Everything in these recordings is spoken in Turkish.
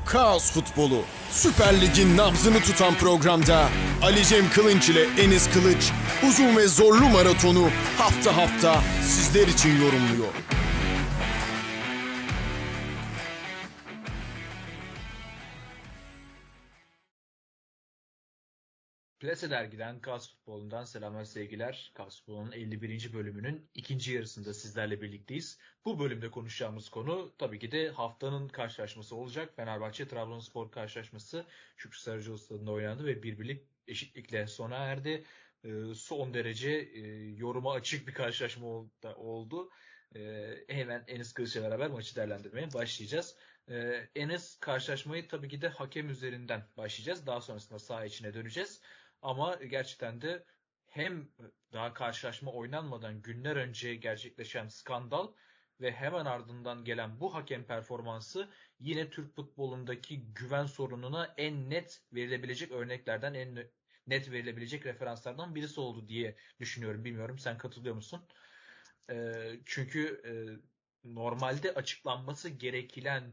Kaos Futbolu, Süper Lig'in nabzını tutan programda Ali Cem Kılınç ile Enis Kılıç uzun ve zorlu maratonu hafta hafta sizler için yorumluyor. Plase Dergi'den Kaos Futbolu'ndan selamlar sevgiler. Kaos Futbolu'nun 51. bölümünün ikinci yarısında sizlerle birlikteyiz. Bu bölümde konuşacağımız konu tabii ki de haftanın karşılaşması olacak. Fenerbahçe-Trabzonspor karşılaşması Şükrü Saracoğlu stadında oynandı ve bir birlik eşitlikle sona erdi. Son derece yoruma açık bir karşılaşma oldu. Hemen Enis Kılıç'la beraber maçı değerlendirmeye başlayacağız. Enes, karşılaşmayı tabii ki de hakem üzerinden başlayacağız. Daha sonrasında saha içine döneceğiz. Ama gerçekten de hem daha karşılaşma oynanmadan günler önce gerçekleşen skandal ve hemen ardından gelen bu hakem performansı yine Türk futbolundaki güven sorununa en net verilebilecek örneklerden, en net verilebilecek referanslardan birisi oldu diye düşünüyorum. Bilmiyorum, sen katılıyor musun? Çünkü normalde açıklanması gereken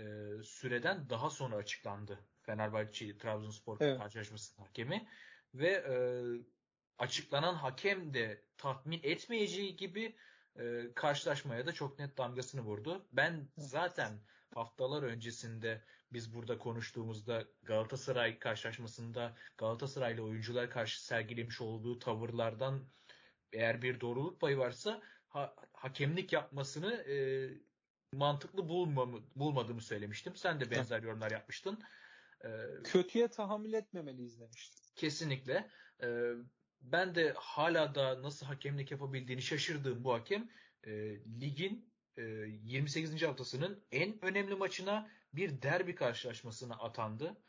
süreden daha sonra açıklandı Fenerbahçe-Trabzonspor Evet. karşılaşmasının hakemi ve açıklanan hakem de tatmin etmeyeceği gibi karşılaşmaya da çok net damgasını vurdu. Ben zaten haftalar öncesinde biz burada konuştuğumuzda Galatasaray karşılaşmasında Galatasaraylı oyuncular karşı sergilemiş olduğu tavırlardan eğer bir doğruluk payı varsa hakemlik yapmasını mantıklı bulmadığımı söylemiştim. Sen de benzer yorumlar yapmıştın. Kötüye tahammül etmemeliyiz demiştim. Kesinlikle. Ben de hala da nasıl hakemlik yapabildiğini şaşırdığım bu hakem ligin 28. haftasının en önemli maçına bir derbi karşılaşmasına atandı.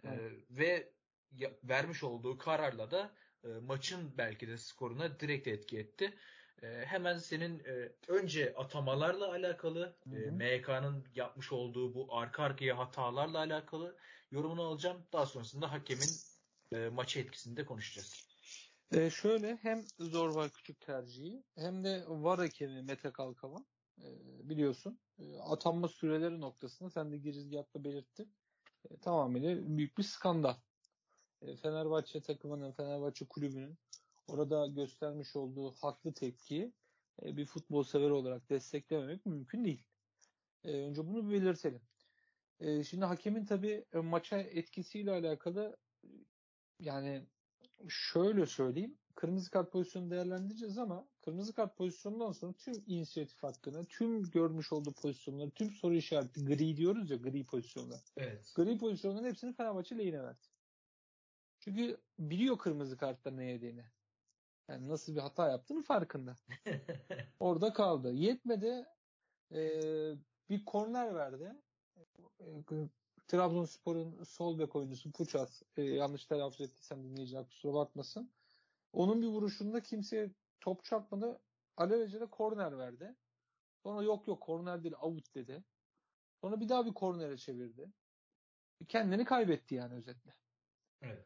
Ve vermiş olduğu kararla da maçın belki de skoruna direkt etki etti. Hemen senin önce atamalarla alakalı, MHK'nın yapmış olduğu bu arka arkaya hatalarla alakalı yorumunu alacağım. Daha sonrasında hakemin maça etkisini de konuşacağız. Şöyle, hem Zorbay Küçük tercihi hem de VAR hakemi Mete Kalkavan, biliyorsun, atanma süreleri noktasında sen de girizgahta belirttin. Tamamıyla büyük bir skandal. Fenerbahçe takımının, Fenerbahçe kulübünün orada göstermiş olduğu haklı tepkiyi bir futbol sever olarak desteklememek mümkün değil. Önce bunu belirtelim. Şimdi hakemin tabii maça etkisiyle alakalı, yani şöyle söyleyeyim, kırmızı kart pozisyonu değerlendireceğiz ama kırmızı kart pozisyonundan sonra tüm inisiyatif hakkını, tüm görmüş olduğu pozisyonları, tüm soru işareti, gri diyoruz ya, gri pozisyonlar. Evet. Gri pozisyonların hepsini Fenerbahçe lehine verdi. Çünkü biliyor kırmızı kartta ne yediğini. Yani nasıl bir hata yaptığını farkında. Orada kaldı. Yetmedi, bir korner verdi. Trabzonspor'un sol bek oyuncusu Puças, yanlış telaffuz ettiysem dinleyiciler kusura bakmasın. Onun bir vuruşunda kimseye top çarpmadı. Alelacele korner verdi. Sonra yok korner değil, out dedi. Sonra bir daha bir kornere çevirdi. Kendini kaybetti yani, özetle. Evet.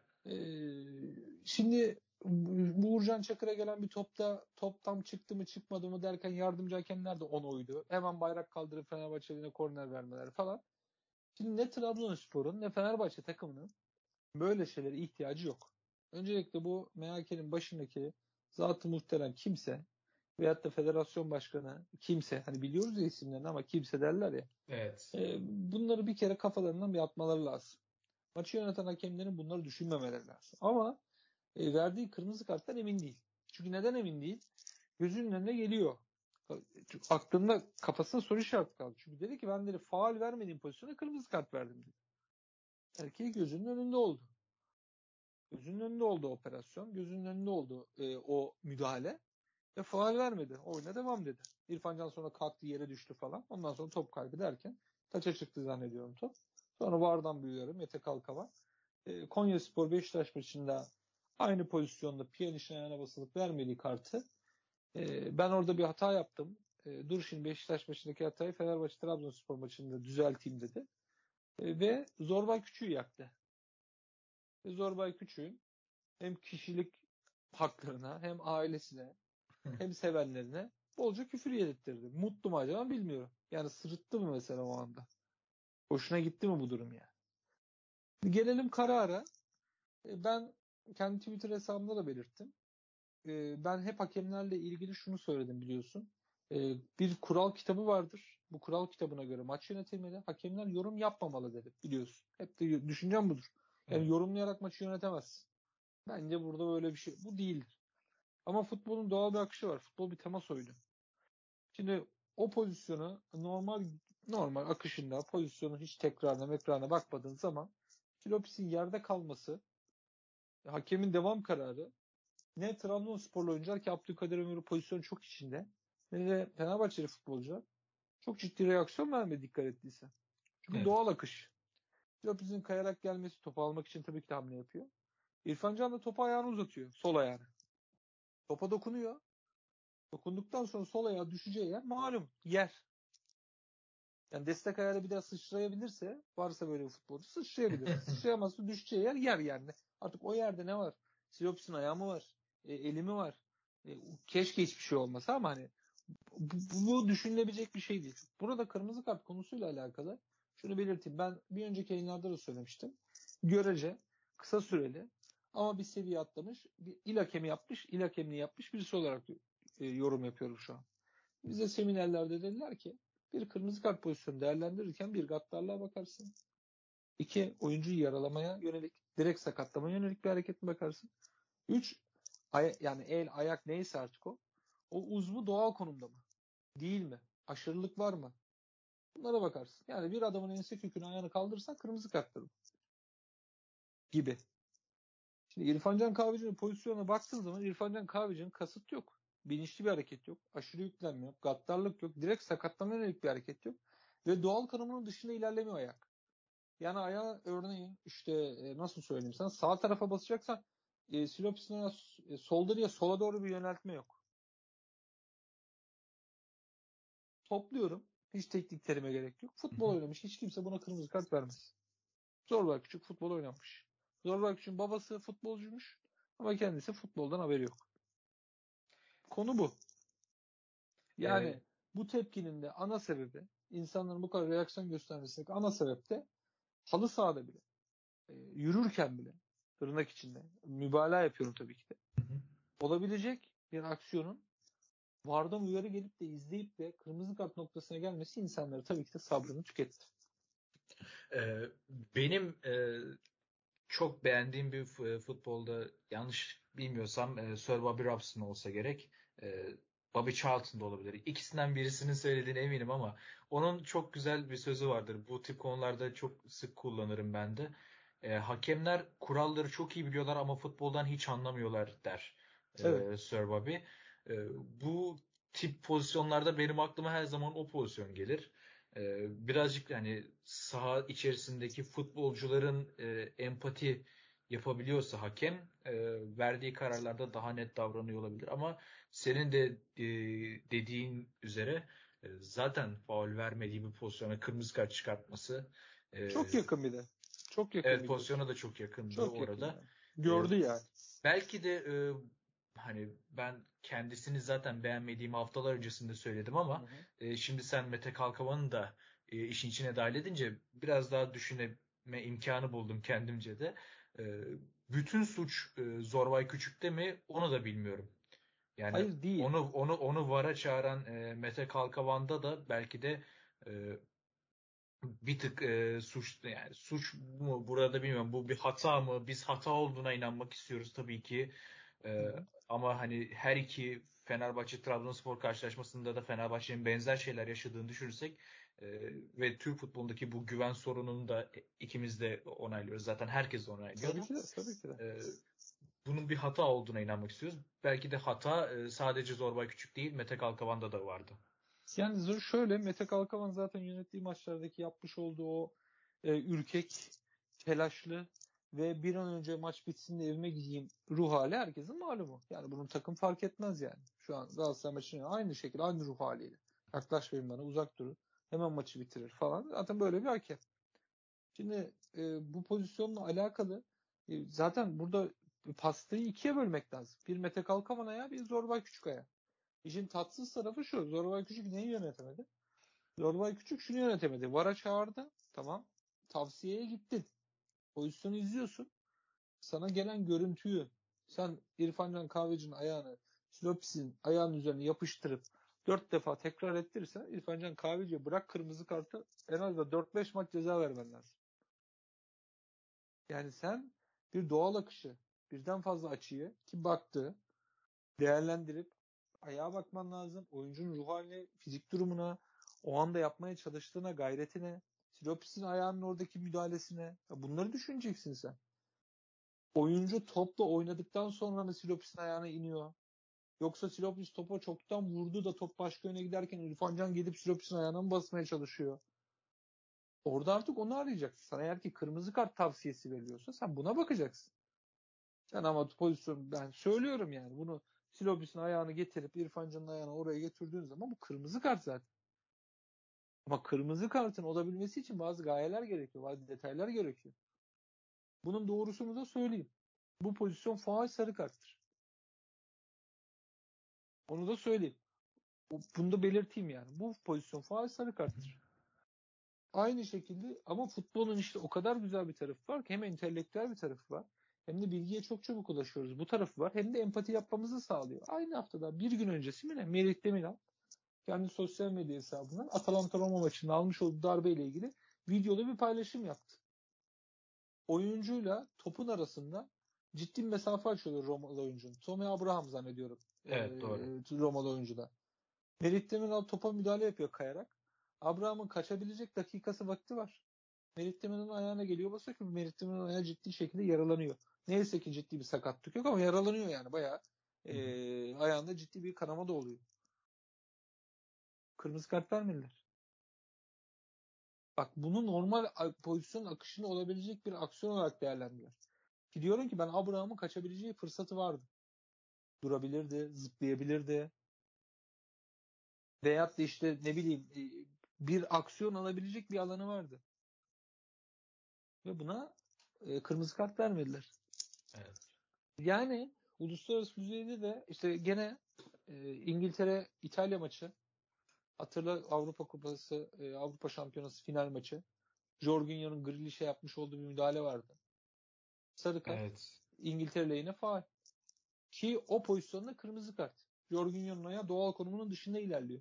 Şimdi bu Uğurcan Çakır'a gelen bir top tam çıktı mı çıkmadı mı derken yardımcı hakemler de ona uydu. Hemen bayrak kaldırıp Fenerbahçe'ye korner vermeler falan. Şimdi ne Trabzonspor'un ne Fenerbahçe takımının böyle şeylere ihtiyacı yok. Öncelikle bu MHK'nin başındaki zat-ı muhterem kimse veyahut da federasyon başkanı kimse, hani biliyoruz ya isimlerini ama kimse derler ya. Evet. Bunları bir kere kafalarından bir atmaları lazım. Maçı yöneten hakemlerin bunları düşünmemeleri lazım. Ama verdiği kırmızı karttan emin değil. Çünkü neden emin değil? Gözünün önüne geliyor. Aklında, kafasında soru işareti kaldı. Çünkü dedi ki ben dedi faul vermediğim pozisyona kırmızı kart verdim dedi. Erkeği gözünün önünde oldu. Gözünün önünde oldu operasyon. Gözünün önünde oldu o müdahale. Ve faul vermedi. Oyuna devam dedi. İrfan Can sonra kalktı, yere düştü falan. Ondan sonra top kaybı derken taça çıktı zannediyorum top. Sonra VAR'dan bir uyarı Mete Kalkavan. Konyaspor Beşiktaş maçında aynı pozisyonda Pjanic'in ayağına basılıp vermediği kartı, ben orada bir hata yaptım. Dur şimdi Beşiktaş maçındaki hatayı Fenerbahçe Trabzonspor maçında düzelteyim dedi. Ve Zorbay Küçük'ü yaktı. Zorbay Küçük'ün hem kişilik haklarına hem ailesine hem sevenlerine bolca küfür yedirttirdi. Mutlu mu acaba bilmiyorum. Yani sırıttı mı mesela o anda? Hoşuna gitti mi bu durum yani? Gelelim karara. Ben kendi Twitter hesabımda da belirttim. Ben hep hakemlerle ilgili şunu söyledim biliyorsun. Bir kural kitabı vardır. Bu kural kitabına göre maç yönetilmeli. Hakemler yorum yapmamalı dedim biliyorsun. Hep de düşüncem budur. Yani Evet. yorumlayarak maçı yönetemezsin. Bence burada böyle bir şey. Bu değildir. Ama futbolun doğal bir akışı var. Futbol bir temas oyunu. Şimdi o pozisyonu normal akışında pozisyonu hiç tekrarına bakmadığın zaman Lopis'in yerde kalması, hakemin devam kararı ne Trabzonsporlu oyuncular ki Abdülkadir Ömür'ü pozisyon çok içinde ne de Fenerbahçeli futbolcular çok ciddi reaksiyon vermedi dikkat ettiyse. Çünkü Evet. doğal akış. Lopez'in kayarak gelmesi topu almak için tabii ki de hamle yapıyor. İrfan Can da topu ayağını uzatıyor. Sol ayağını. Topa dokunuyor. Dokunduktan sonra sol ayağı düşeceği yer malum. Yer. Yani destek ayağıyla bir daha sıçrayabilirse varsa böyle bir futbolcu sıçrayabilir. Sıçrayamazsa düşeceği yer yani. Artık o yerde ne var? Silopis'in ayağı mı var? Eli mi var? Keşke hiçbir şey olmasa ama hani bu düşünülebilecek bir şey değil. Burada kırmızı kart konusuyla alakalı şunu belirteyim. Ben bir önceki yayınlarda da söylemiştim. Görece kısa süreli ama bir seviye atlamış, bir il hakemi yapmış, il hakemliği yapmış birisi olarak yorum yapıyorum şu an. Bize seminerlerde dediler ki bir kırmızı kart pozisyonu değerlendirirken bir gaddarlığa bakarsın. İki, oyuncuyu yaralamaya yönelik, direkt sakatlamaya yönelik bir hareket mi bakarsın? Üç, yani el, ayak neyse artık o. O uzvu doğal konumda mı? Değil mi? Aşırılık var mı? Bunlara bakarsın. Yani bir adamın ense kökünü ayağını kaldırırsan kırmızı karttır gibi. Şimdi İrfan Can Kahveci'nin pozisyonuna baktığın zaman İrfan Can Kahveci'nin kasıt yok. Bilinçli bir hareket yok. Aşırı yüklenme yok. Gaddarlık yok. Direkt sakatlama yönelik bir hareket yok. Ve doğal kanımının dışında ilerlemiyor ayak. Yani ayağı örneğin işte nasıl söyleyeyim sana sağ tarafa basacaksan Silopis'in solda diye sola doğru bir yöneltme yok. Topluyorum. Hiç teknik terime gerek yok. Futbol oynamış. Hiç kimse buna kırmızı kart vermez. Zorba Küçük futbol oynamış. Zorba Küçük'ün babası futbolcuymuş. Ama kendisi futboldan haberi yok. Konu bu. Ee, Yani bu tepkinin de ana sebebi insanların bu kadar reaksiyon göstermesindeki ana sebep de halı sahada bile yürürken bile tırnak içinde mübalağa yapıyorum tabii ki de. Olabilecek bir aksiyonun VAR'dan uyarı gelip de izleyip de kırmızı kart noktasına gelmesi insanları tabii ki de sabrını tüketti. e, benim çok beğendiğim bir futbolda yanlış bilmiyorsam Sir Bobby Robson olsa gerek. E, Bobby Charlton da olabilir. İkisinden birisinin söylediğine eminim ama onun çok güzel bir sözü vardır. Bu tip konularda çok sık kullanırım ben de. Hakemler kuralları çok iyi biliyorlar ama futboldan hiç anlamıyorlar der Evet. Sir Bobby. Bu tip pozisyonlarda benim aklıma her zaman o pozisyon gelir. Birazcık hani saha içerisindeki futbolcuların empati yapabiliyorsa hakem verdiği kararlarda daha net davranıyor olabilir. Ama senin de dediğin üzere zaten faul vermediği bir pozisyona kırmızı kart çıkartması Çok yakın bir de. Çok yakın evet biliyorsun. pozisyona da çok yakındı Çok yakın orada. yani. E, Gördü yani. Belki de hani ben kendisini zaten beğenmediğim haftalar öncesinde söyledim Hı ama hı. şimdi sen Mete Kalkavan'ı da işin içine dahil edince biraz daha düşünme imkanı buldum kendimce de. E, Bütün suç Zorbay Küçük'te mi onu da bilmiyorum. Yani Hayır değil. onu VAR'a çağıran Mete Kalkavan'da da belki de e, bir tık suç yani suç mu burada bilmiyorum. Bu bir hata mı? Biz hata olduğuna inanmak istiyoruz tabii ki. Hı E, hı. Ama hani her iki Fenerbahçe Trabzonspor karşılaşmasında da Fenerbahçe'nin benzer şeyler yaşadığını düşünürsek ve Türk futbolundaki bu güven sorununu da ikimiz de onaylıyoruz. Zaten herkes de onaylıyor Tabii ama ki de. Tabii ki de. e, bunun bir hata olduğuna inanmak istiyoruz. Belki de hata sadece Zorbay Küçük değil, Mete Kalkavan'da da vardı. Yani şöyle Mete Kalkavan zaten yönettiği maçlardaki yapmış olduğu o ürkek, telaşlı ve bir an önce maç bitsin de evime gideyim ruh hali herkesin malumu. Yani bunun takım fark etmez yani. Şu an Galatasaray maçının aynı şekilde aynı ruh haliyle. Yaklaşmayın bana uzak durun. Hemen maçı bitirir falan. Zaten böyle bir hakem. Şimdi bu pozisyonla alakalı zaten burada pastayı ikiye bölmek lazım. Bir Mete Kalkavan ayağı, bir Zorbay Küçükaya. İşin tatsız tarafı şu. Zorbay Küçük neyi yönetemedi? Zorbay Küçük şunu yönetemedi. VAR'a çağırdı. Tamam. Tavsiyeye gittin. Pozisyonu izliyorsun. Sana gelen görüntüyü sen İrfan Can Kahveci'nin ayağını Silopis'in ayağının üzerine yapıştırıp 4 defa tekrar ettirirsen İrfan Can Kahveci'ye bırak kırmızı kartı en az da 4-5 maç ceza vermen lazım. Yani sen bir doğal akışı, birden fazla açıyı ki baktı, değerlendirip ayağa bakman lazım. Oyuncunun ruh haline, fizik durumuna, o anda yapmaya çalıştığına, gayretine, Silopis'in ayağının oradaki müdahalesine. Bunları düşüneceksin sen. Oyuncu topla oynadıktan sonra mı Silopis'in ayağına iniyor? Yoksa Silopis topa çoktan vurdu da top başka yöne giderken İrfan Can gelip Silopis'in ayağına mı basmaya çalışıyor? Orada artık onu arayacaksın. Sana eğer ki kırmızı kart tavsiyesi veriliyorsa sen buna bakacaksın. Sen ama pozisyon ben söylüyorum yani bunu Silopis'in ayağını getirip İrfan Can'ın ayağını oraya getirdiğin zaman bu kırmızı kart zaten. Ama kırmızı kartın olabilmesi için bazı gayeler gerekiyor. Bazı detaylar gerekiyor. Bunun doğrusunu da söyleyeyim. Bu pozisyon faul sarı karttır. Onu da söyleyeyim. Bunu da belirteyim yani. Bu pozisyon faul sarı karttır. Aynı şekilde ama futbolun işte o kadar güzel bir tarafı var ki hem entelektüel bir tarafı var hem de bilgiye çok çabuk ulaşıyoruz. Bu tarafı var hem de empati yapmamızı sağlıyor. Aynı haftada bir gün öncesi mi ne? Merih Demiral kendi sosyal medya hesabından Atalanta Roma maçında almış olduğu darbeyle ilgili videoda bir paylaşım yaptı. Oyuncuyla topun arasında ciddi bir mesafe açıyordu Romalı oyuncunun. Tommy Abraham zannediyorum. Evet, doğru. Romalı oyuncuda. Merih Demiral topa müdahale yapıyor kayarak. Abraham'ın kaçabilecek dakikası vakti var. Merih Demiral'ın ayağına geliyor basıyor ki Merih Demiral'ın ayağı ciddi şekilde yaralanıyor. Neyse ki ciddi bir sakatlık yok ama yaralanıyor yani bayağı. Ayağında ciddi bir kanama da oluyor. Kırmızı kart vermediler. Bak bunu normal pozisyon akışında olabilecek bir aksiyon olarak değerlendiriyor. Ki diyorum ki ben Abraham'ın kaçabileceği fırsatı vardı. Durabilirdi, zıplayabilirdi. Veyahut da işte ne bileyim bir aksiyon alabilecek bir alanı vardı. Ve buna kırmızı kart vermediler. Evet. Yani uluslararası düzeyde de işte gene İngiltere İtalya maçı hatırla Avrupa Kupası Avrupa Şampiyonası final maçı Jorginho'nun Grealish'e yapmış olduğu bir müdahale vardı. Sarı kart. Evet. İngiltere lehine faul. Ki o pozisyonda kırmızı kart. Jorginho'nun ayağı doğal konumunun dışında ilerliyor.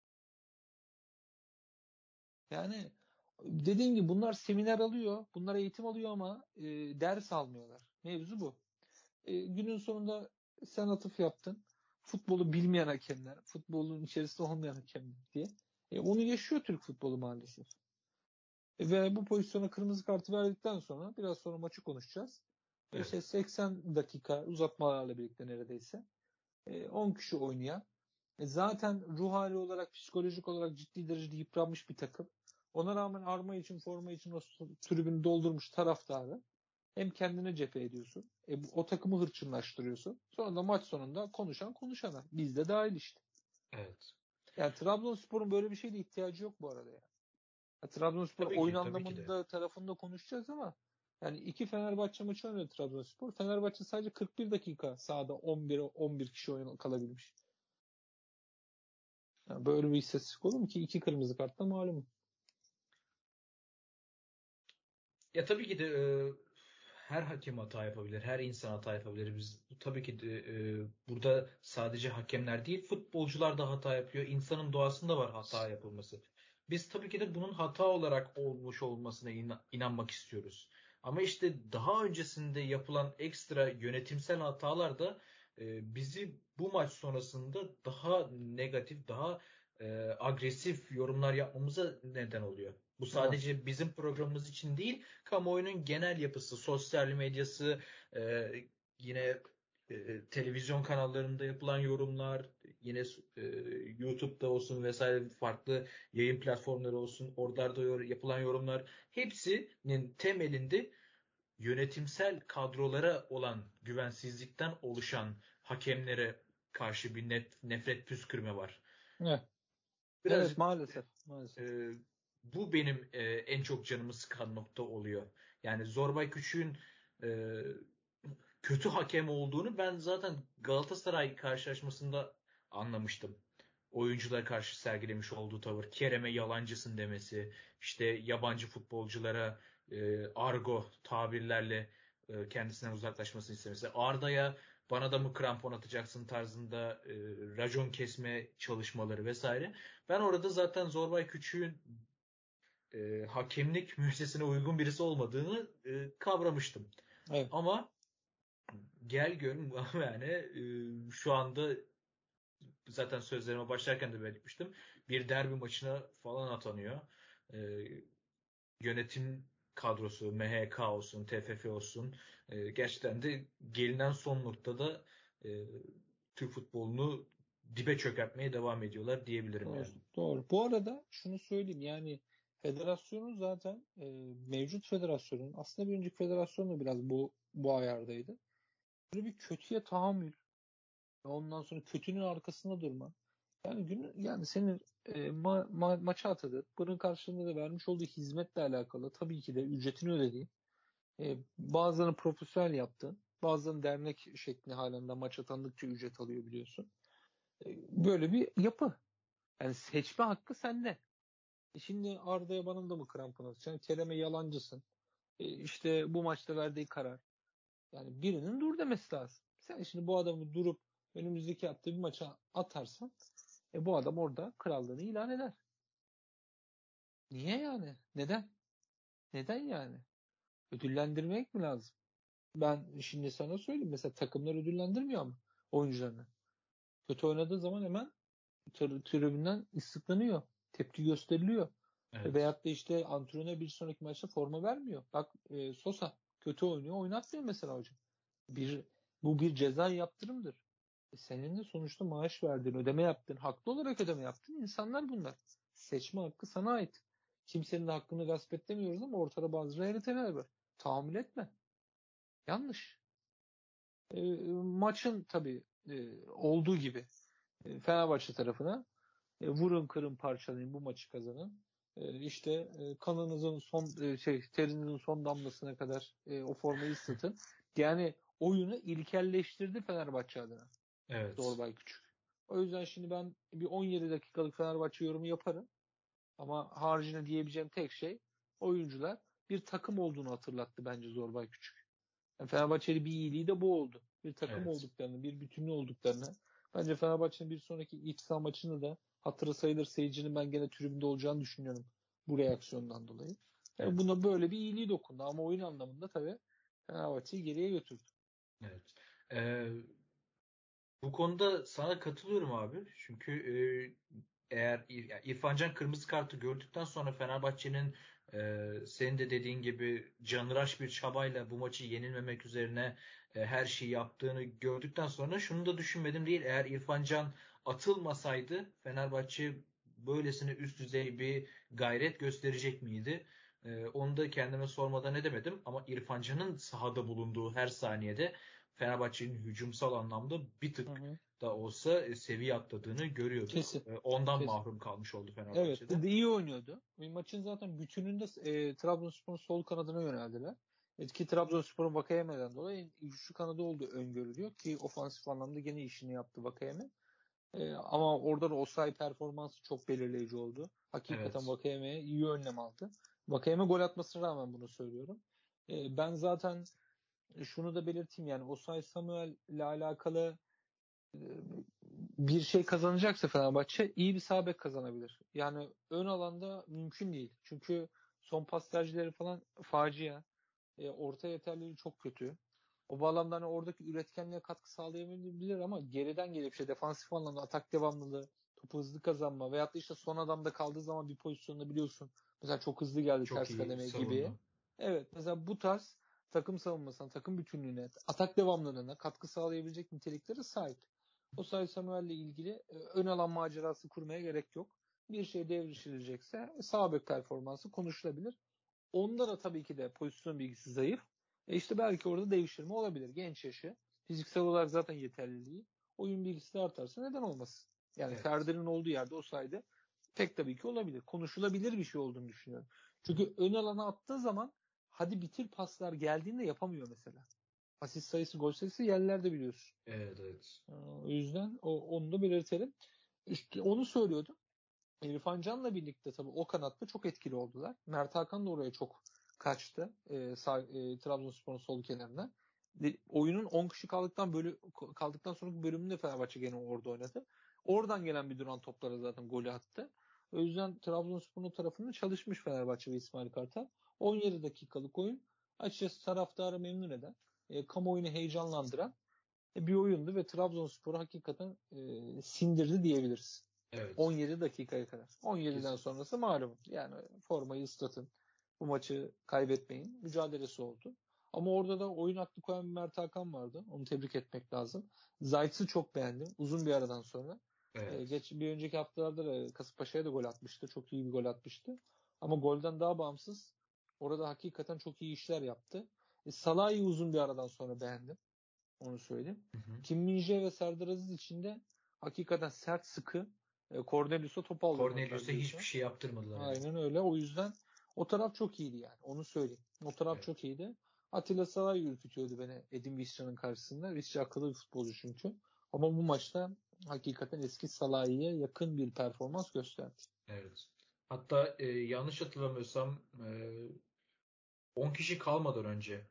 Yani dediğim gibi bunlar seminer alıyor. Bunlar eğitim alıyor ama ders almıyorlar. Mevzu bu. Günün sonunda sen atıf yaptın. Futbolu bilmeyen hakemler, futbolun içerisinde olmayan hakemler diye. Onu yaşıyor Türk futbolu maalesef. Ve bu pozisyona kırmızı kartı verdikten sonra biraz sonra maçı konuşacağız. Evet. İşte 80 dakika uzatmalarla birlikte neredeyse 10 kişi oynayan zaten ruh hali olarak psikolojik olarak ciddi derecede yıpranmış bir takım. Ona rağmen arma için forma için o tribünü doldurmuş taraftarı hem kendine cephe ediyorsun. O takımı hırçınlaştırıyorsun. Sonra da maç sonunda konuşana. Biz de dahil işte. Evet. Yani Trabzonspor'un böyle bir şeyde ihtiyacı yok bu arada yani. Trabzonspor Tabii oyun ki, tabii ki de. anlamında tarafında konuşacağız ama yani iki Fenerbahçe maçı oynadı Trabzonspor. Fenerbahçe sadece 41 dakika sahada 11 kişi kalabilmiş. Yani böyle bir istatistik olur mu ki iki kırmızı kartla malum. Ya tabii ki de her hakem hata yapabilir, her insan hata yapabilir. Biz tabii ki de burada sadece hakemler değil, futbolcular da hata yapıyor. İnsanın doğasında var hata yapılması. Biz tabii ki de bunun hata olarak olmuş olmasına inanmak istiyoruz. Ama işte daha öncesinde yapılan ekstra yönetimsel hatalar da bizi bu maç sonrasında daha negatif, daha agresif yorumlar yapmamıza neden oluyor. Bu sadece bizim programımız için değil, kamuoyunun genel yapısı, sosyal medyası, e, yine televizyon kanallarında yapılan yorumlar, yine YouTube'da olsun vesaire farklı yayın platformları olsun, oralarda yapılan yorumlar hepsinin temelinde yönetimsel kadrolara olan güvensizlikten oluşan hakemlere karşı bir nefret püskürme var. Evet. Biraz Evet maalesef. bu benim en çok canımı sıkan nokta oluyor. Yani Zorbay Küçük'ün e, kötü hakem olduğunu ben zaten Galatasaray karşılaşmasında anlamıştım. oyunculara karşı sergilemiş olduğu tavır, Kerem'e yalancısın demesi, işte yabancı futbolculara argo tabirlerle kendisinden uzaklaşmasını istemesi, Arda'ya bana da mı krampon atacaksın tarzında racon kesme çalışmaları vesaire. Ben orada zaten Zorbay Küçük'ün hakemlik müessesesine uygun birisi olmadığını kavramıştım. Evet. Ama gel gör yani şu anda zaten sözlerime başlarken de belirtmiştim. Bir derbi maçına falan atanıyor. E, Yönetim kadrosu, MHK olsun, TFF olsun gerçekten de gelinen son noktada Türk futbolunu dibe çökertmeye devam ediyorlar diyebilirim Doğru. yani. Doğru. Bu arada şunu söyleyeyim, yani federasyonun zaten mevcut federasyonun aslında bir önceki federasyon da biraz bu ayardaydı. Böyle bir kötüye tahammül ve ondan sonra kötünün arkasında durma. Yani senin maça atadı. Bunun karşılığında da vermiş olduğu hizmetle alakalı tabii ki de ücretini ödediğin, bazılarını profesyonel yaptın, bazılarını dernek şekli halinde maç atandıkça ücret alıyor biliyorsun. Böyle bir yapı. Yani seçme hakkı sende. Şimdi Arda'ya bana da mı krampon atacaksın? Kerem'e yalancısın. İşte bu maçta verdiği karar. Yani birinin dur demesi lazım. Sen şimdi bu adamı durup önümüzdeki hafta bir maça atarsan bu adam orada krallığını ilan eder. Niye yani? Neden? Neden yani? Ödüllendirmek mi lazım? Ben şimdi sana söyleyeyim. Mesela takımlar ödüllendirmiyor ama oyuncularını. Kötü oynadığı zaman hemen tribünden ıslıklanıyor. Tepki gösteriliyor. Evet. Veyahut da işte antrenör bir sonraki maçta forma vermiyor. Bak Sosa kötü oynuyor, oynatmıyor mesela hocam. Bu bir ceza yaptırımdır. Senin de sonuçta maaş verdin, ödeme yaptın, haklı olarak ödeme yaptın. İnsanlar bunlar. Seçme hakkı sana ait. Kimsenin de hakkını gasp etmiyoruz ama ortada bazı realiteler var. Tahammül etme. Yanlış. Maçın tabii olduğu gibi Fenerbahçe tarafına vurun kırın parçalayın bu maçı kazanın. İşte kanınızın terinizin son damlasına kadar o formayı ıslatın. Yani oyunu ilkelleştirdi Fenerbahçe adına. Evet. Zorbay Küçük. O yüzden şimdi ben bir 17 dakikalık Fenerbahçe yorumu yaparım. Ama haricinde diyebileceğim tek şey, oyuncular bir takım olduğunu hatırlattı bence Zorbay Küçük. Yani Fenerbahçeli bir iyiliği de bu oldu. Bir takım Evet. olduklarını, bir bütünlüğü olduklarını. Bence Fenerbahçe'nin bir sonraki iç saha maçını da hatırı sayılır seyircinin ben gene tribünde olacağını düşünüyorum bu reaksiyondan dolayı. Yani Evet. buna böyle bir iyiliği dokundu ama oyun anlamında tabii Fenerbahçe'yi geriye götürdü. Evet. Ee, Bu konuda sana katılıyorum abi. Çünkü eğer yani İrfan Can kırmızı kartı gördükten sonra Fenerbahçe'nin senin de dediğin gibi canhıraş bir çabayla bu maçı yenilmemek üzerine her şeyi yaptığını gördükten sonra şunu da düşünmedim değil. Eğer İrfan Can atılmasaydı Fenerbahçe böylesine üst düzey bir gayret gösterecek miydi? Onu da kendime sormadan edemedim. Ama İrfan Can'ın sahada bulunduğu her saniyede Fenerbahçe'nin hücumsal anlamda bir Hı tık hı. da olsa seviye atladığını görüyorduk. Kesin. Ondan Kesin. mahrum kalmış oldu Evet, Fenerbahçe'de. de iyi oynuyordu. Maçın zaten bütününde Trabzonspor'un sol kanadına yöneldiler. Ki Trabzonspor'un Vakayeme'den dolayı en güçlü kanadı olduğu öngörülüyor ki ofansif anlamda gene işini yaptı Vakayeme. Ama orada da Osayi performansı çok belirleyici oldu. Hakikaten Evet. Vakayeme'ye iyi önlem aldı. Vakayeme gol atmasına rağmen bunu söylüyorum. Ben zaten şunu da belirteyim, yani Osayi Samuel ile alakalı e, bir şey kazanacaksa Fenerbahçe iyi bir sağ bek kazanabilir. Yani ön alanda mümkün değil. Çünkü son pas tercihleri falan facia. Orta yeterliliği çok kötü. O bağlamda hani oradaki üretkenliğe katkı sağlayabilir ama geriden gelip işte defansif anlamda atak devamlılığı, topu hızlı kazanma veyahut da işte son adamda kaldığı zaman bir pozisyonda biliyorsun. Mesela çok hızlı geldi Çok ters iyi kademe gibi. savundu. Evet, mesela bu tarz takım savunmasına, takım bütünlüğüne, atak devamlılığına katkı sağlayabilecek niteliklere sahip. Osayi Samuel'le ilgili ön alan macerası kurmaya gerek yok. Bir şey devrişilecekse sağ bek performansı konuşulabilir. Onda da tabii ki de pozisyon bilgisi zayıf. İşte belki orada devşirme olabilir. Genç yaşı. Fiziksel olarak zaten yeterliliği. Oyun bilgisi de artarsa neden olmasın? Yani Evet. Ferdi'nin olduğu yerde o sayede pek tabii ki olabilir. Konuşulabilir bir şey olduğunu düşünüyorum. Çünkü ön alana attığı zaman hadi bitir paslar geldiğinde yapamıyor mesela. Asist sayısı, gol sayısı yerlerde biliyorsun. Evet, evet. O yüzden onu da belirtelim. İşte onu söylüyordum. İrfan Can'la birlikte tabii o kanatta çok etkili oldular. Mert Hakan da oraya çok kaçtı. Trabzonspor'un sol kenarına. Oyunun 10 kişi kaldıktan sonraki bölümünde Fenerbahçe gene orada oynadı. Oradan gelen bir duran toplara zaten golü attı. O yüzden Trabzonspor'un tarafında çalışmış Fenerbahçe ve İsmail Kartal. 17 dakikalık oyun açıkçası taraftarı memnun eden, kamuoyunu heyecanlandıran bir oyundu ve Trabzonspor'u hakikaten sindirdi diyebiliriz. Evet. 17 dakikaya kadar. 17'den Kesin. sonrası malum. Yani formayı ıslatın. Bu maçı kaybetmeyin. Mücadelesi oldu. Ama orada da oyun aklı koyan bir Mert Hakan vardı. Onu tebrik etmek lazım. Zayt'sı çok beğendim. Uzun bir aradan sonra. Evet. Bir önceki haftalarda da Kasımpaşa'ya da gol atmıştı. Çok iyi bir gol atmıştı. Ama golden daha bağımsız. Orada hakikaten çok iyi işler yaptı. Salah'ı uzun bir aradan sonra beğendim. Onu söyleyeyim. Hı hı. Kim Min-jae ve Serdar Aziz için de hakikaten sert, sıkı. Cornelius'a top aldırmadılar Cornelius'a diyorsun. hiçbir şey yaptırmadılar yani. Aynen öyle. O yüzden o taraf çok iyiydi yani. Onu söyleyeyim. O taraf Evet. çok iyiydi. Atilla Salay ürkütüyordu beni Edin Visca'nın karşısında. Visca akıllı bir futbolcu çünkü. Ama bu maçta hakikaten eski Salah'a yakın bir performans gösterdi. Evet. Hatta yanlış hatırlamıyorsam 10 kişi kalmadan önce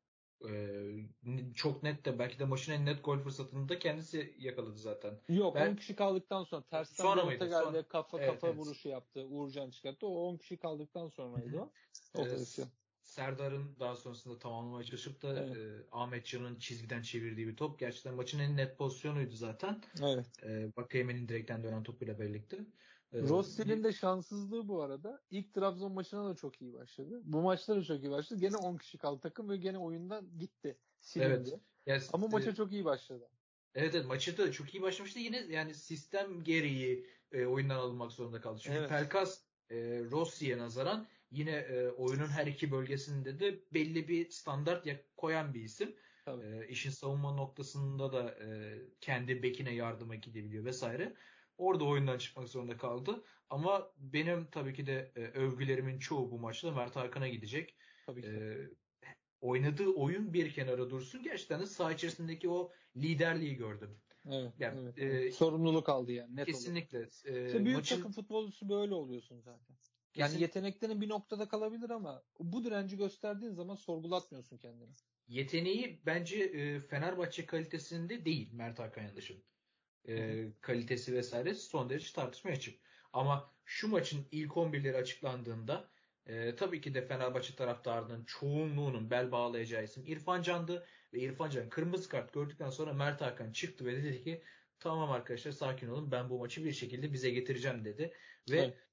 çok net de belki de maçın en net gol fırsatını da kendisi yakaladı zaten. Yok 10 Ben kişi kaldıktan sonra tersten bir sonra orta mıydı? geldi. Kafa Evet, kafa evet. vuruşu yaptı. Uğurcan çıkarttı. O 10 kişi kaldıktan Hı sonraydı hı. o. O pozisyon. Serdar'ın daha sonrasında tamamlamaya çalışıp da Evet. Ahmet Can'ın çizgiden çevirdiği bir top. Gerçekten maçın en net pozisyonuydu zaten. Evet. Vakayeme'nin direkten dönen topuyla birlikte. Rossi'nin de şanssızlığı bu arada. İlk Trabzon maçına da çok iyi başladı. Bu maçta da çok iyi başladı. Gene 10 kişi kaldı takım ve gene oyundan gitti. Evet. Silindi. Yes, Ama maça çok iyi başladı. evet, maçı da çok iyi başlamıştı. Yine yani sistem gereği oyundan alınmak zorunda kaldı. Çünkü Evet. Pelkas Rossi'ye nazaran yine oyunun her iki bölgesinde de belli bir standart koyan bir isim. Tabii. İşin savunma noktasında da kendi bekine yardıma gidebiliyor vesaire. Orada oyundan çıkmak zorunda kaldı. Ama benim tabii ki de övgülerimin çoğu bu maçta Mert Hakan'a gidecek. Tabii ki. E, Oynadığı oyun bir kenara dursun. Gerçekten de saha içerisindeki o liderliği gördüm. Evet. Yani Evet. Evet. Sorumluluk aldı yani net olarak. kesinlikle İşte büyük takım maçın futbolcusu böyle oluyorsun zaten. Yani kesin yeteneklerin bir noktada kalabilir ama bu direnci gösterdiğin zaman sorgulatmıyorsun kendini. yeteneği bence Fenerbahçe kalitesinde değil Mert Hakan Yandaş'ın. Hı hı. Kalitesi vesaire son derece tartışmaya açık. Ama şu maçın ilk 11'leri açıklandığında tabii ki de Fenerbahçe taraftarının çoğunluğunun bel bağlayacağı isim İrfan Can'dı ve İrfan Can kırmızı kart gördükten sonra Mert Hakan çıktı ve dedi ki tamam arkadaşlar sakin olun ben bu maçı bir şekilde bize getireceğim dedi ve Evet.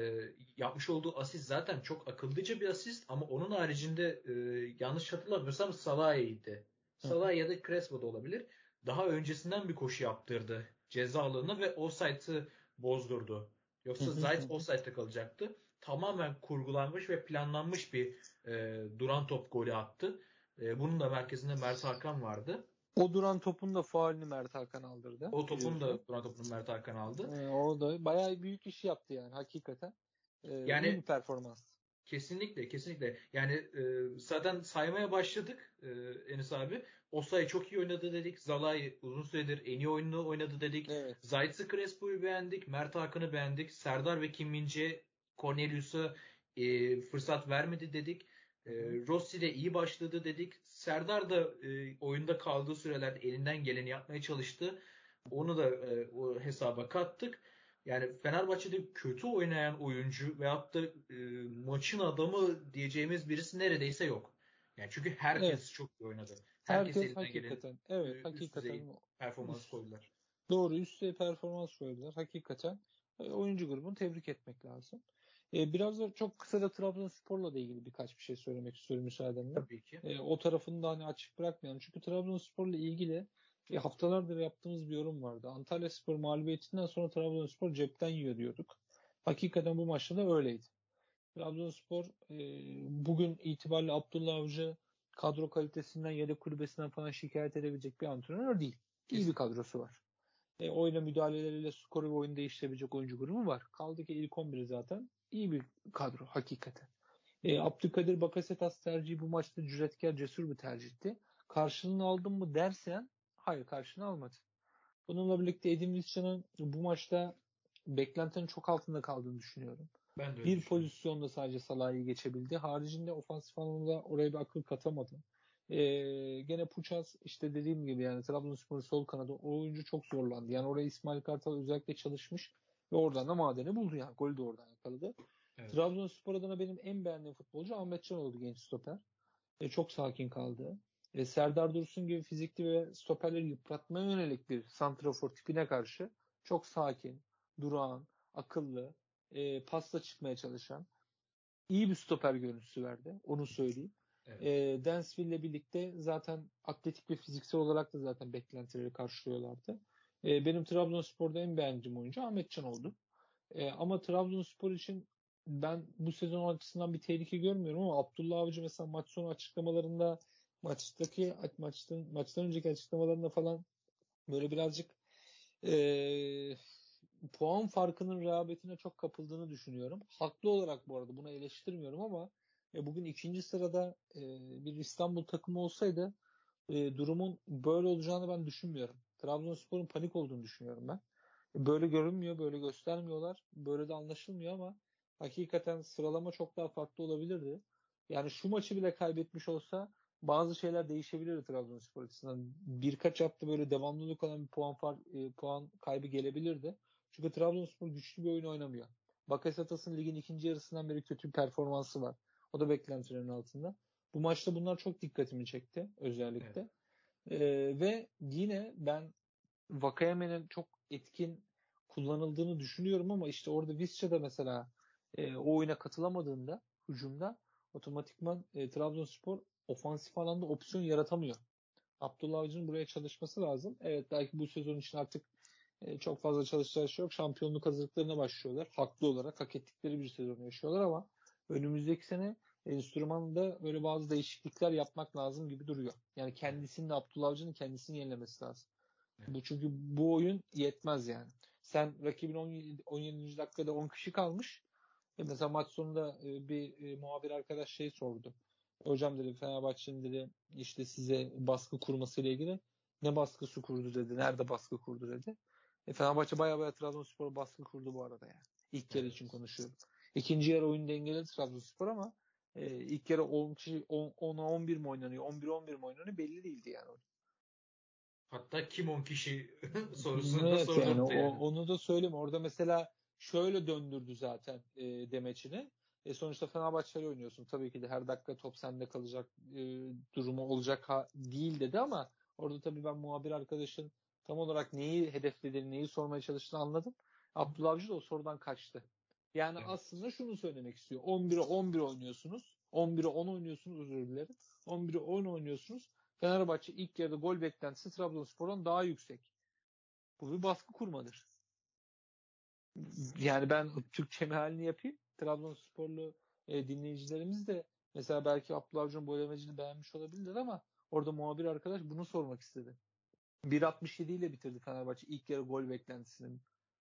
yapmış olduğu asist zaten çok akıllıca bir asist ama onun haricinde yanlış hatırlamıyorsam Salah'ydı. Hı hı. Salah ya da Crespo da olabilir daha öncesinden bir koşu yaptırdı ceza alanına ve offside'ı bozdurdu. Hı Yoksa hı. Hı Zayt hı. offside'de kalacaktı. Tamamen kurgulanmış ve planlanmış bir duran top golü attı. Bunun da merkezinde Mert Hakan vardı. O duran topun da faulünü Mert Hakan aldırdı O topun biliyorsun. da duran topunu Mert Hakan aldı. O da bayağı büyük iş yaptı yani hakikaten. İyi Yani bir performans. kesinlikle kesinlikle. Yani zaten saymaya başladık Enis abi. Osayi çok iyi oynadı dedik. Zalai uzun süredir en iyi oyununu oynadı dedik. Evet. Zayt'sı Crespo'yu beğendik. Mert Hakan'ı beğendik. Serdar ve Kim Min-jae Cornelius'a fırsat vermedi dedik. Hı hı. Rossi de iyi başladı dedik. Serdar da oyunda kaldığı sürelerde elinden geleni yapmaya çalıştı. Onu da o hesaba kattık. Yani Fenerbahçe'de kötü oynayan oyuncu veyahut da maçın adamı diyeceğimiz birisi neredeyse yok. Yani çünkü Evet. herkes çok iyi oynadı. Herkes Herkes elinden gelen hakikaten. Evet. üst düzey Hakikaten. performans Üst, koydular. doğru. Üst düzey performans koydular. Hakikaten. Oyuncu grubunu tebrik etmek lazım. Biraz da çok kısa da Trabzonspor'la da ilgili birkaç bir şey söylemek istiyorum müsaadenle. Tabii ki. O tarafını da hani açık bırakmayalım. Çünkü Trabzonspor'la ilgili haftalardır yaptığımız bir yorum vardı. Antalyaspor mağlubiyetinden sonra Trabzonspor cepten yiyor diyorduk. Hakikaten bu maçta da öyleydi. Trabzonspor bugün itibariyle Abdullah Avcı kadro kalitesinden yedek kulübesinden falan şikayet edebilecek bir antrenör değil. İyi bir Kesin. kadrosu var. Oyuna müdahaleleriyle skoru ve oyunu değiştirebilecek oyuncu grubu var. Kaldı ki ilk 11'i zaten iyi bir kadro hakikaten. Abdülkadir Bakasetas tercihi bu maçta cüretkar, cesur bir tercihti. Karşılığını aldın mı dersen hayır karşılığını almadı. Bununla birlikte Edin Visca'nın bu maçta beklentinin çok altında kaldığını düşünüyorum. Ben de öyle Bir düşünüyorum. pozisyonda sadece Salah'ı geçebildi. Haricinde ofansif anlamda oraya bir akıl katamadı. Gene Puças işte dediğim gibi yani Trabzonspor'un sol kanadı o oyuncu çok zorlandı. Yani oraya İsmail Kartal özellikle çalışmış ve oradan da madeni buldu yani. Golü de oradan yakaladı. Evet. Trabzonspor adına benim en beğendiğim futbolcu Ahmet Can oldu, genç stoper. Çok sakin kaldı. Serdar Dursun gibi fizikli ve stoperleri yıpratmaya yönelik bir santrafor tipine karşı çok sakin, durağan, akıllı, pasla çıkmaya çalışan iyi bir stoper görüntüsü verdi. Onu söyleyeyim. Evet. Dansville ile birlikte zaten atletik ve fiziksel olarak da zaten beklentileri karşılıyorlardı. Benim Trabzonspor'da en beğendiğim oyuncu Ahmet Can oldu. Ama Trabzonspor için ben bu sezon açısından bir tehlike görmüyorum ama Abdullah Avcı mesela maç sonu açıklamalarında maçtan önceki açıklamalarında falan böyle birazcık puan farkının rehavetine çok kapıldığını düşünüyorum. Haklı olarak bu arada bunu eleştirmiyorum ama bugün ikinci sırada bir İstanbul takımı olsaydı durumun böyle olacağını ben düşünmüyorum. Trabzonspor'un panik olduğunu düşünüyorum ben. Böyle görünmüyor, böyle göstermiyorlar. Böyle de anlaşılmıyor ama hakikaten sıralama çok daha farklı olabilirdi. Yani şu maçı bile kaybetmiş olsa bazı şeyler değişebilirdi Trabzonspor açısından. Birkaç hafta böyle devamlılık olan bir puan kaybı gelebilirdi. Çünkü Trabzonspor güçlü bir oyun oynamıyor. Bakasetas'ın ligin ikinci yarısından beri kötü bir performansı var. O da beklentilerin altında. Bu maçta bunlar çok dikkatimi çekti özellikle. Evet. Ve yine ben Vakayeme'nin çok etkin kullanıldığını düşünüyorum ama işte orada Visca'da mesela o oyuna katılamadığında hücumda otomatikman Trabzonspor ofansif alanda opsiyon yaratamıyor. Abdullah Avcı'nın buraya çalışması lazım. Evet, belki bu sezon için artık çok fazla çalışacağı şey yok. Şampiyonluk hazırlıklarına başlıyorlar. Haklı olarak hak ettikleri bir sezon yaşıyorlar ama önümüzdeki sene enstrümanda böyle bazı değişiklikler yapmak lazım gibi duruyor. Yani kendisinin, Abdullah Avcı'nın kendisini yenilemesi lazım. Evet. Çünkü bu oyun yetmez yani. Sen rakibin 17. dakikada 10 kişi kalmış. Mesela maç sonunda bir muhabir arkadaş şey sordu. Hocam dedi, Fenerbahçe'nin dedi işte size baskı kurmasıyla ilgili ne baskısı kurdu dedi. Nerede baskı kurdu dedi. Fenerbahçe baya Trabzonspor'a baskı kurdu bu arada yani. İlk yarı için Evet. konuşuyorum. İkinci yarı oyunu dengeledi Trabzonspor ama ilk yarı 10'a 11 mi oynanıyor, 11'e 11 mi oynanıyor belli değildi yani. Hatta kim 10 kişi sorusunu da Evet yani sordurttu yani. onu da söyleyeyim. Orada mesela şöyle döndürdü zaten demeçini. Sonuçta Fenerbahçe'yle oynuyorsun. Tabii ki de her dakika top sende kalacak durumu olacak değil dedi ama orada tabii ben muhabir arkadaşın tam olarak neyi hedeflediğini, neyi sormaya çalıştığını anladım. Abdullah Avcı da o sorudan kaçtı. Yani Evet. aslında şunu söylemek istiyor. 11'e 11 oynuyorsunuz. 11'e 10 oynuyorsunuz, özür dilerim. 11'e 10 oynuyorsunuz. Fenerbahçe ilk yarıda gol beklentisi Trabzonspor'dan daha yüksek. Bu bir baskı kurmadır. Yani ben Türkçe mealini yapayım. Trabzonsporlu dinleyicilerimiz de mesela belki Abdullah Avcı'nın boyamacını beğenmiş olabilirler ama orada muhabir arkadaş bunu sormak istedi. 1.67 ile bitirdi Fenerbahçe ilk yarı gol beklentisini.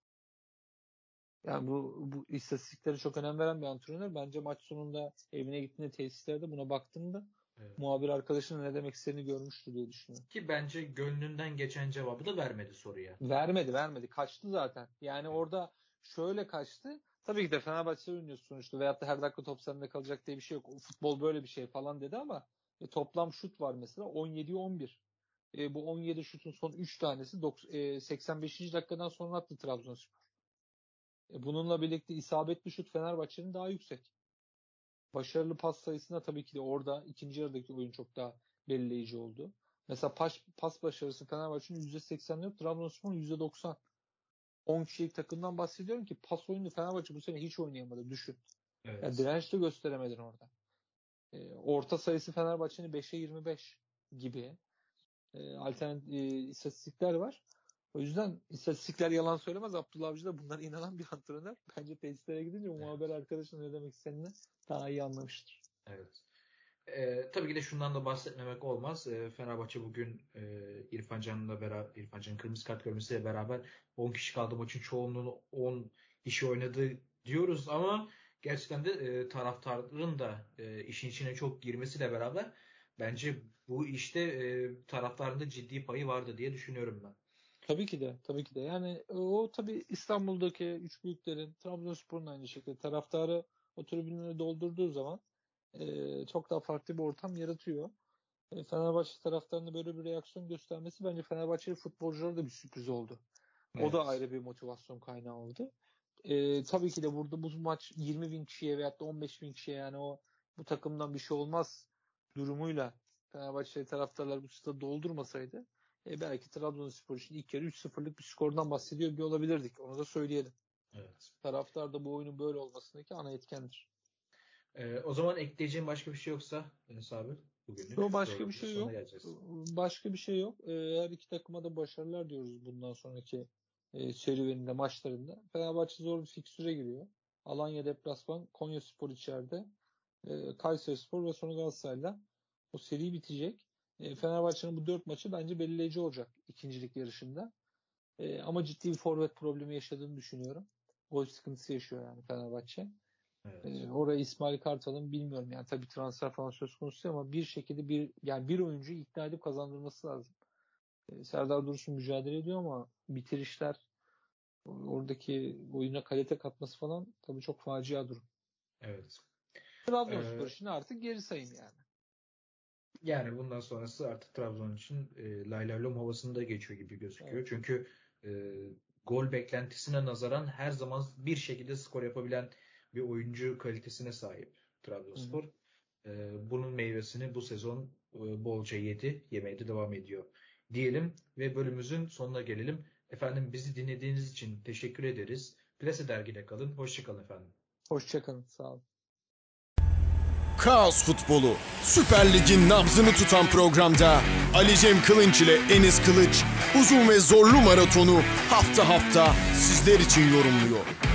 Yani bu istatistiklere çok önem veren bir antrenör. Bence maç sonunda evine gittiğinde tesislerde buna baktığında Evet. muhabir arkadaşının ne demek istediğini görmüştür diye düşünüyorum. Ki bence gönlünden geçen cevabı da vermedi soruya. Vermedi. Kaçtı zaten. Yani Evet. orada şöyle kaçtı. Tabii ki de Fenerbahçe oynuyorsun sonuçta. Veyahut da her dakika top sende kalacak diye bir şey yok. O futbol böyle bir şey falan dedi ama toplam şut var mesela 17'ye 11. Bu 17 şutun son 3 tanesi 85. dakikadan sonra attı Trabzonspor. Bununla birlikte isabetli şut Fenerbahçe'nin daha yüksek. Başarılı pas sayısında tabii ki de orada ikinci yarıdaki oyun çok daha belirleyici oldu. Mesela pas başarısı Fenerbahçe'nin %84, Trabzonspor'un %90. 10 kişilik takımdan bahsediyorum ki pas oyunu Fenerbahçe bu sene hiç oynayamadı. Düşün. Yani Evet. direnç de gösteremedin orada. Orta sayısı Fenerbahçe'nin 5'e 25 gibi alternatif istatistikler var. O yüzden istatistikler yalan söylemez. Abdullah Avcı da bunlara inanan bir antrenör. Bence tesislere gidince o muhaber arkadaşın ne demek istediğini daha iyi anlamıştır. Evet. Tabii ki de şundan da bahsetmemek olmaz. Fenerbahçe bugün İrfan Can'la beraber, İrfan Can'ın kırmızı kart görmesiyle beraber 10 kişi kaldı. Maçın çoğunluğunu 10 kişi oynadı diyoruz ama gerçekten de taraftarın da işin içine çok girmesiyle beraber bence bu işte taraftarın da ciddi payı vardı diye düşünüyorum ben. Tabii ki de. Tabii ki de. Yani o tabii İstanbul'daki üç büyüklerin, Trabzonspor'un aynı şekilde taraftarı o tribünleri doldurduğu zaman çok daha farklı bir ortam yaratıyor. Fenerbahçe taraftarının böyle bir reaksiyon göstermesi bence Fenerbahçeli futbolculara da bir sürpriz oldu. O da Evet. ayrı bir motivasyon kaynağı oldu. Tabii ki de burada bu maç 20 bin kişiye veyahut da 15 bin kişiye, yani bu takımdan bir şey olmaz durumuyla Fenerbahçe taraftarlar bu stadı doldurmasaydı belki Trabzonspor için ilk yarı 3-0'lık bir skordan bahsediyor bile olabilirdik. Onu da söyleyelim. Evet. Taraftar da bu oyunun böyle olmasındaki ana etkendir. O zaman ekleyeceğim başka bir şey yoksa Enes abi bugünlük. Yok, başka bir şey yok. Geleceğiz. Başka bir şey yok. Her iki takıma da başarılar diyoruz bundan sonraki serüveninde, maçlarında. Fenerbahçe zor bir fikstüre giriyor. Alanya deplasman, Konyaspor içeride, Kayserispor ve sonra Galatasaray'la o seri bitecek. Fenerbahçe'nin bu 4 maçı bence belirleyici olacak ikincilik yarışında. Ama ciddi bir forvet problemi yaşadığını düşünüyorum. Gol sıkıntısı yaşıyor yani Fenerbahçe. Evet. Oraya İsmail Kartal'ın bilmiyorum yani tabii transfer falan söz konusu ama bir şekilde bir oyuncuyu ikna edip kazandırması lazım. Serdar Dursun mücadele ediyor ama bitirişler, oradaki oyuna kalite katması falan tabii çok facia durum. Evet. Trabzonspor için artık geri sayım yani. Yani bundan sonrası artık Trabzon için lay lay lom havasında geçiyor gibi gözüküyor. Evet. Çünkü gol beklentisine nazaran her zaman bir şekilde skor yapabilen bir oyuncu kalitesine sahip Trabzonspor. Bunun meyvesini bu sezon bolca yemeye de devam ediyor diyelim ve bölümümüzün sonuna gelelim. Efendim bizi dinlediğiniz için teşekkür ederiz. Plase Dergi'de kalın. Hoşçakalın efendim. Hoşçakalın. Sağ olun. Kaos Futbolu, Süper Lig'in nabzını tutan programda Ali Cem Kılınç ile Enis Kılıç uzun ve zorlu maratonu hafta hafta sizler için yorumluyor.